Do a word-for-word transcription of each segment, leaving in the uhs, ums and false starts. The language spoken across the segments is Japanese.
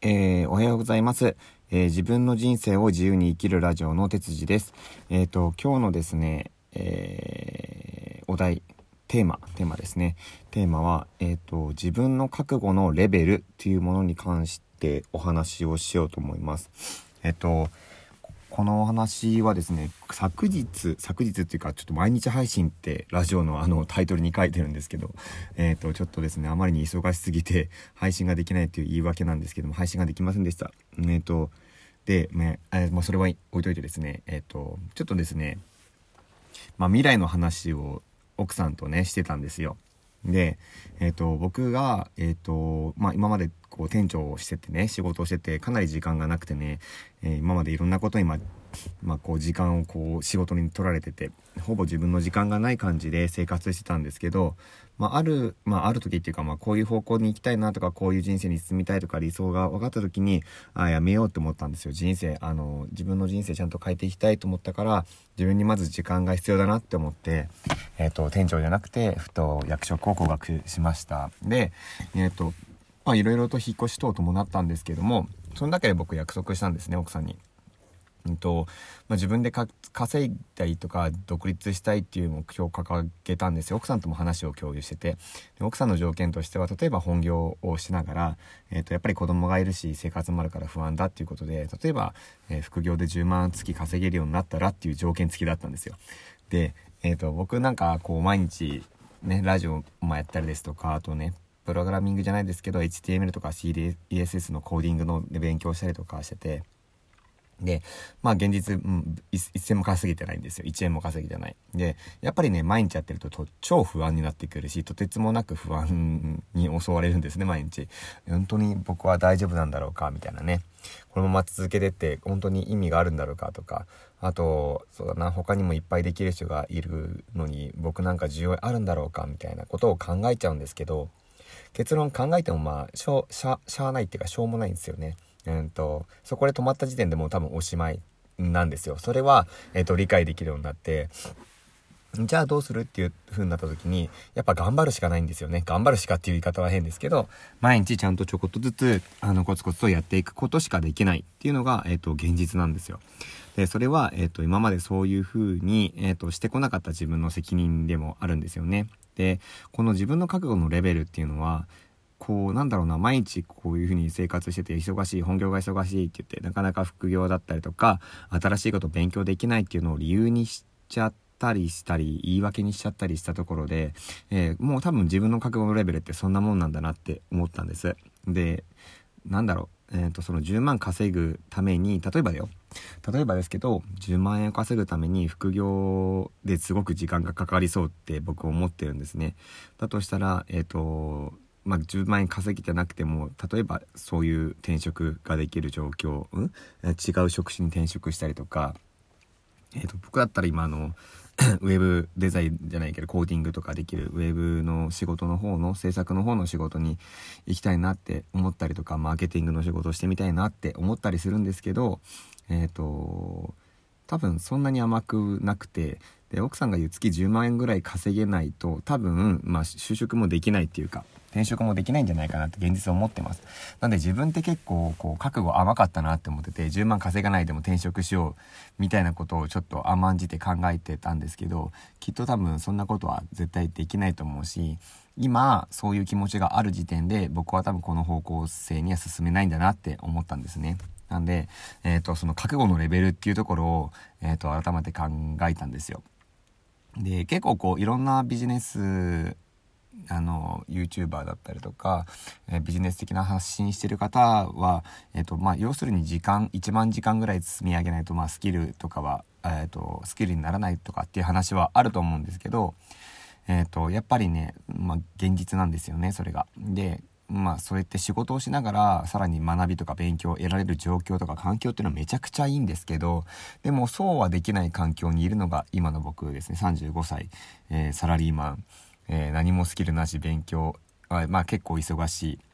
えー、おはようございます、えー、自分の人生を自由に生きるラジオの哲司です。えーと今日のですね、えー、お題テーマテーマですねテーマは、えーと自分の覚悟のレベルというものに関してお話をしようと思います。えっ、ー、とこのお話はですね、昨日昨日っていうかちょっと毎日配信ってラジオのあのタイトルに書いてるんですけど、えっとちょっとですね、あまりに忙しすぎて配信ができないという言い訳なんですけども、配信ができませんでした。えっとで、ねえーまあ、それは置いといてですね、えっとちょっとですね、まあ、未来の話を奥さんとねしてたんですよ。で、えー、と僕が、えーとまあ、今までこう店長をしててね、仕事をしててかなり時間がなくてね、えー、今までいろんなことに、ままあ、こう時間をこう仕事に取られてて、ほぼ自分の時間がない感じで生活してたんですけど、まあ、ある、まあ、ある時っていうか、まあ、こういう方向に行きたいなとか、こういう人生に進みたいとか理想が分かった時に、あやめようって思ったんですよ。人生あの自分の人生ちゃんと変えていきたいと思ったから、自分にまず時間が必要だなって思って、えー、と店長じゃなくてふと役職を降格しました。で、えーとまあ、いろいろと引っ越し等伴ったんですけども、その中で僕約束したんですね、奥さんに。うんとまあ、自分でか稼いだりとか独立したいっていう目標を掲げたんですよ。奥さんとも話を共有してて、で奥さんの条件としては、例えば本業をしながら、えー、とやっぱり子供がいるし生活もあるから不安だっていうことで、例えば、えー、副業でじゅうまん月稼げるようになったらっていう条件付きだったんですよ。で、えー、と僕なんかこう毎日ねラジオもやったりですとか、あとねプログラミングじゃないですけど エイチティーエムエル とか シーディーエスエス のコーディングの勉強したりとかしてて、でまあ現実、うん、一銭も稼げてないんですよ。いちえんも稼げてない。でやっぱりね、毎日やってるとと超不安になってくるし、とてつもなく不安に襲われるんですね、毎日。本当に僕は大丈夫なんだろうかみたいなね、このまま続けてって本当に意味があるんだろうかとか、あとそうだな、他にもいっぱいできる人がいるのに僕なんか需要あるんだろうかみたいなことを考えちゃうんですけど、結論考えてもまあしょしゃしゃあないっていうかしょうもないんですよね。うんとそこで止まった時点でもう多分おしまいなんですよ。それは、えーと、理解できるようになって、じゃあどうするっていう風になった時に、やっぱ頑張るしかないんですよね。頑張るしかっていう言い方は変ですけど、毎日ちゃんとちょこっとずつあのコツコツとやっていくことしかできないっていうのが、えーと、現実なんですよ。でそれは、えーと、今までそういう風に、えーと、してこなかった自分の責任でもあるんですよね。でこの自分の覚悟のレベルっていうのは、こうなんだろうな、毎日こういう風に生活してて忙しい、本業が忙しいって言ってなかなか副業だったりとか新しいことを勉強できないっていうのを理由にしちゃったりしたり言い訳にしちゃったりしたところで、えー、もう多分自分の覚悟のレベルってそんなもんなんだなって思ったんです。でなんだろう、えーとそのじゅうまん稼ぐために、例えばだよ例えばですけどじゅうまん円を稼ぐために副業ですごく時間がかかりそうって僕思ってるんですね。だとしたらえっ、ー、とまあ、じゅうまん円稼ぎじゃなくても、例えばそういう転職ができる状況、うん、違う職種に転職したりとか、えーと、僕だったら今あのウェブデザインじゃないけどコーディングとかできるウェブの仕事の方の制作の方の仕事に行きたいなって思ったりとか、マーケティングの仕事をしてみたいなって思ったりするんですけど、えっと多分そんなに甘くなくて、で奥さんが言う月じゅうまん円ぐらい稼げないと多分、まあ、就職もできないっていうか転職もできないんじゃないかなって現実を思ってます。なんで自分って結構こう覚悟甘かったなって思ってて、じゅうまん稼がないでも転職しようみたいなことをちょっと甘んじて考えてたんですけど、きっと多分そんなことは絶対できないと思うし、今そういう気持ちがある時点で僕は多分この方向性には進めないんだなって思ったんですね。なんで、えーと、その覚悟のレベルっていうところを、えーと、改めて考えたんですよ。で結構こういろんなビジネスあの YouTuber だったりとか、えー、ビジネス的な発信してる方は、えーとまあ、要するに時間いちまんじかんぐらい積み上げないと、まあ、スキルとかは、えーと、スキルにならないとかっていう話はあると思うんですけど、えーと、やっぱりね、まあ、現実なんですよね、それが。でまあそうやって仕事をしながらさらに学びとか勉強を得られる状況とか環境っていうのはめちゃくちゃいいんですけど、でもそうはできない環境にいるのが今の僕ですね。さんじゅうごさい、えー、サラリーマン、えー、何もスキルなし勉強、まあ結構忙しい、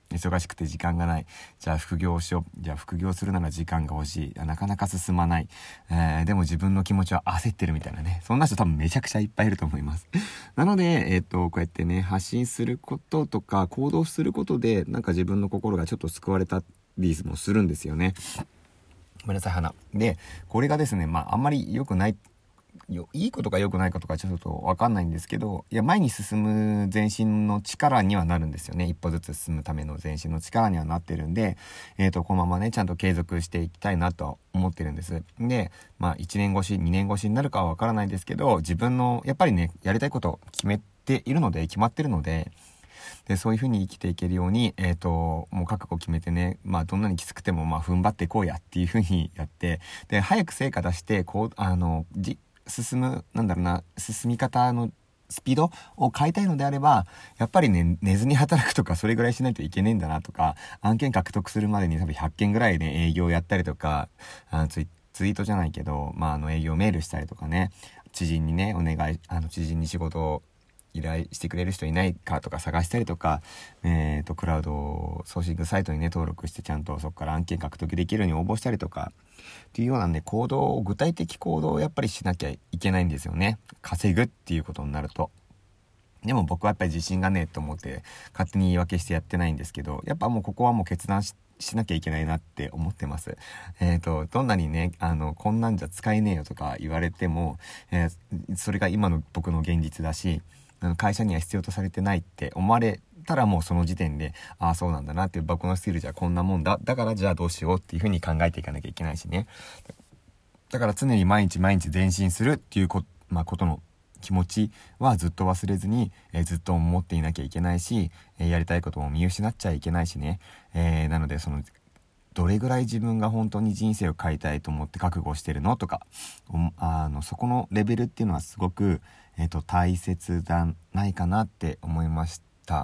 忙しくて時間がない。じゃあ副業をしよう。じゃあ副業するなら時間が欲しい。なかなか進まない。えー、でも自分の気持ちは焦ってるみたいなね。そんな人多分めちゃくちゃいっぱいいると思います。なので、えっと、こうやってね、発信することとか行動することで、なんか自分の心がちょっと救われたりもするんですよね。ごめんなさい、花。で、これがですね、まあ、あんまり良くない、よいいことか良くないかとかちょっとわかんないんですけど、いや、前に進む前進の力にはなるんですよね。一歩ずつ進むための前進の力にはなってるんで、えっと、このままね、ちゃんと継続していきたいなとは思ってるんです。で、まあ、いちねん越し、にねん越しになるかはわからないですけど、自分の、やっぱりね、やりたいこと決めているので、決まってるので、でそういう風に生きていけるように、えーと、もう覚悟決めてね、まあどんなにきつくてもまあ踏ん張っていこうやっていう風にやって、で早く成果出してこうあのじ進むなんだろうな進み方のスピードを変えたいのであれば、やっぱりね寝ずに働くとかそれぐらいしないといけねえんだなとか、案件獲得するまでに多分ひゃっけんぐらいね営業やったりとか、あのツイツイートじゃないけど、まああの営業メールしたりとかね、知人にねお願いあの知人に仕事を依頼してくれる人いないかとか探したりとか、えーと、クラウドソーシングサイトにね登録してちゃんとそこから案件獲得できるように応募したりとかっていうようなね行動を具体的行動をやっぱりしなきゃいけないんですよね。稼ぐっていうことになると。でも僕はやっぱり自信がねえと思って勝手に言い訳してやってないんですけど、やっぱもうここはもう決断ししなきゃいけないなって思ってます。えっと、どんなにね、あの、こんなんじゃ使えねえよとか言われても、えー、それが今の僕の現実だし、あの会社には必要とされてないって思われたらもうその時点で、ああそうなんだなって、僕のスキルじゃこんなもんだ。だからじゃあどうしようっていう風に考えていかなきゃいけないしね。だから常に毎日毎日前進するっていうこ、まあ、ことの気持ちはずっと忘れずに、えー、ずっと思っていなきゃいけないし、えー、やりたいことも見失っちゃいけないしね、えー、なのでそのどれぐらい自分が本当に人生を変えたいと思って覚悟してるのとか、あのそこのレベルっていうのはすごく、えーと、大切じゃないかなって思いました。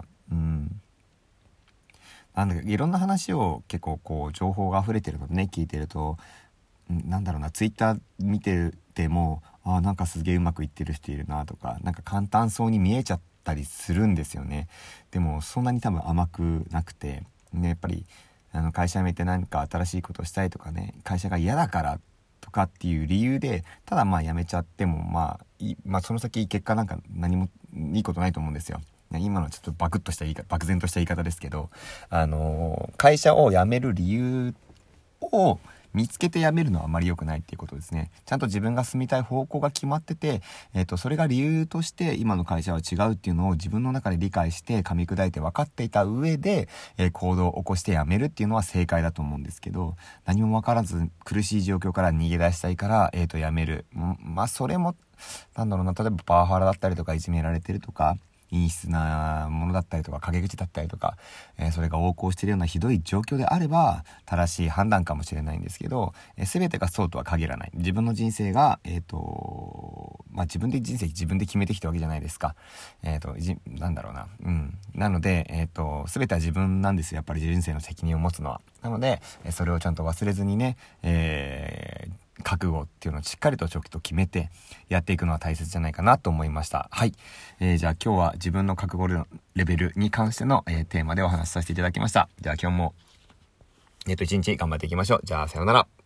うんなんだかいろんな話を結構こう情報が溢れてるのでね、聞いてると、なんだろうな、ツイッター見てても、あなんかすげえうまくいってる人いるなとか、なんか簡単そうに見えちゃったりするんですよね。でもそんなに多分甘くなくて、ね、やっぱりあの会社辞めて何か新しいことをしたいとかね、会社が嫌だからとかっていう理由でただまあ辞めちゃっても、まあ、いまあその先結果なんか何もいいことないと思うんですよ。今のちょっとバクッとした言い方、漠然とした言い方ですけど、あのー、会社を辞める理由を見つけて辞めるのはあまり良くないっていうことですね。ちゃんと自分が進みたい方向が決まってて、えっと、それが理由として今の会社は違うっていうのを自分の中で理解して噛み砕いて分かっていた上で、えー、行動を起こして辞めるっていうのは正解だと思うんですけど、何も分からず苦しい状況から逃げ出したいから、えっと、辞める。まあ、それも、なんだろうな、例えばパワハラだったりとかいじめられてるとか、陰湿なものだったりとか陰口だったりとか、えー、それが横行しているようなひどい状況であれば正しい判断かもしれないんですけど、えー、全てがそうとは限らない。自分の人生が、えーとまあ、自分で人生自分で決めてきたわけじゃないですか。えーとじなんだろうな、うん、なので、えーと全ては自分なんですよ。やっぱり人生の責任を持つのは。なので、えー、それをちゃんと忘れずにね、えー覚悟っていうのをしっかりとちょっと決めてやっていくのは大切じゃないかなと思いました。はい、えー、じゃあ今日は自分の覚悟のレベルに関しての、えー、テーマでお話しさせていただきました。じゃあ今日もえっと一日頑張っていきましょう。じゃあさようなら。